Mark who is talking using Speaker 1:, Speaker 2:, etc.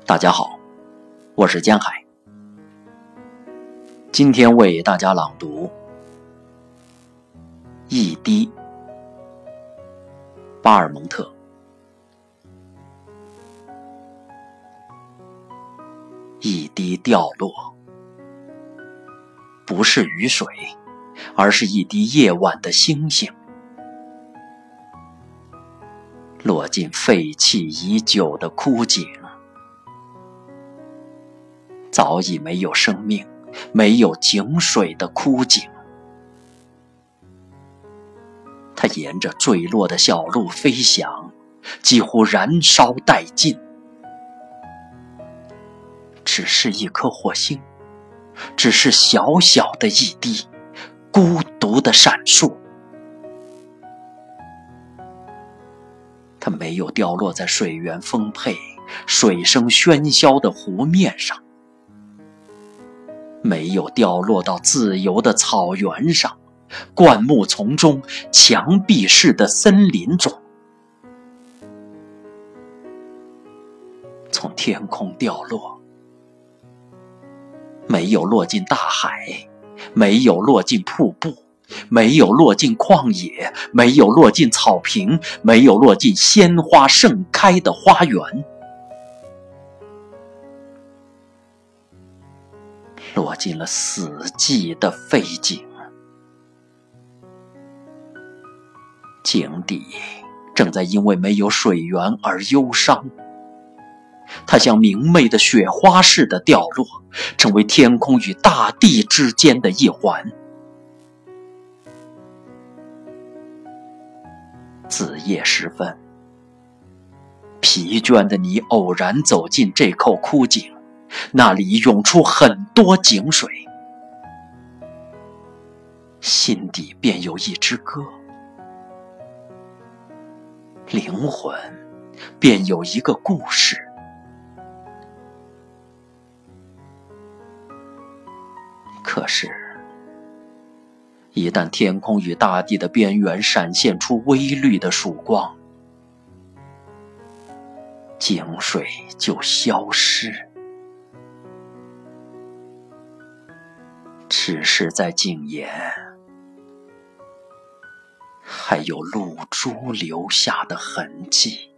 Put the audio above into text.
Speaker 1: 大家好，我是江海，今天为大家朗读一滴，巴尔蒙特。一滴掉落，不是雨水，而是一滴夜晚的星星，落进废弃已久的枯井。早已没有生命，没有井水的枯井。它沿着坠落的小路飞翔，几乎燃烧殆尽。只是一颗火星，只是小小的一滴，孤独的闪烁。它没有掉落在水源丰沛、水声喧嚣的湖面上，没有掉落到自由的草原上、灌木丛中、墙壁式的森林中。从天空掉落，没有落进大海，没有落进瀑布，没有落进旷野，没有落进草坪，没有落进鲜花盛开的花园，落进了死寂的废井。井底正在因为没有水源而忧伤，它像明媚的雪花似的掉落，成为天空与大地之间的一环。子夜时分，疲倦的你偶然走进这口枯井，那里涌出很多井水，心底便有一支歌，灵魂便有一个故事。可是，一旦天空与大地的边缘闪现出微绿的曙光，井水就消失。只是在井沿，还有露珠留下的痕迹。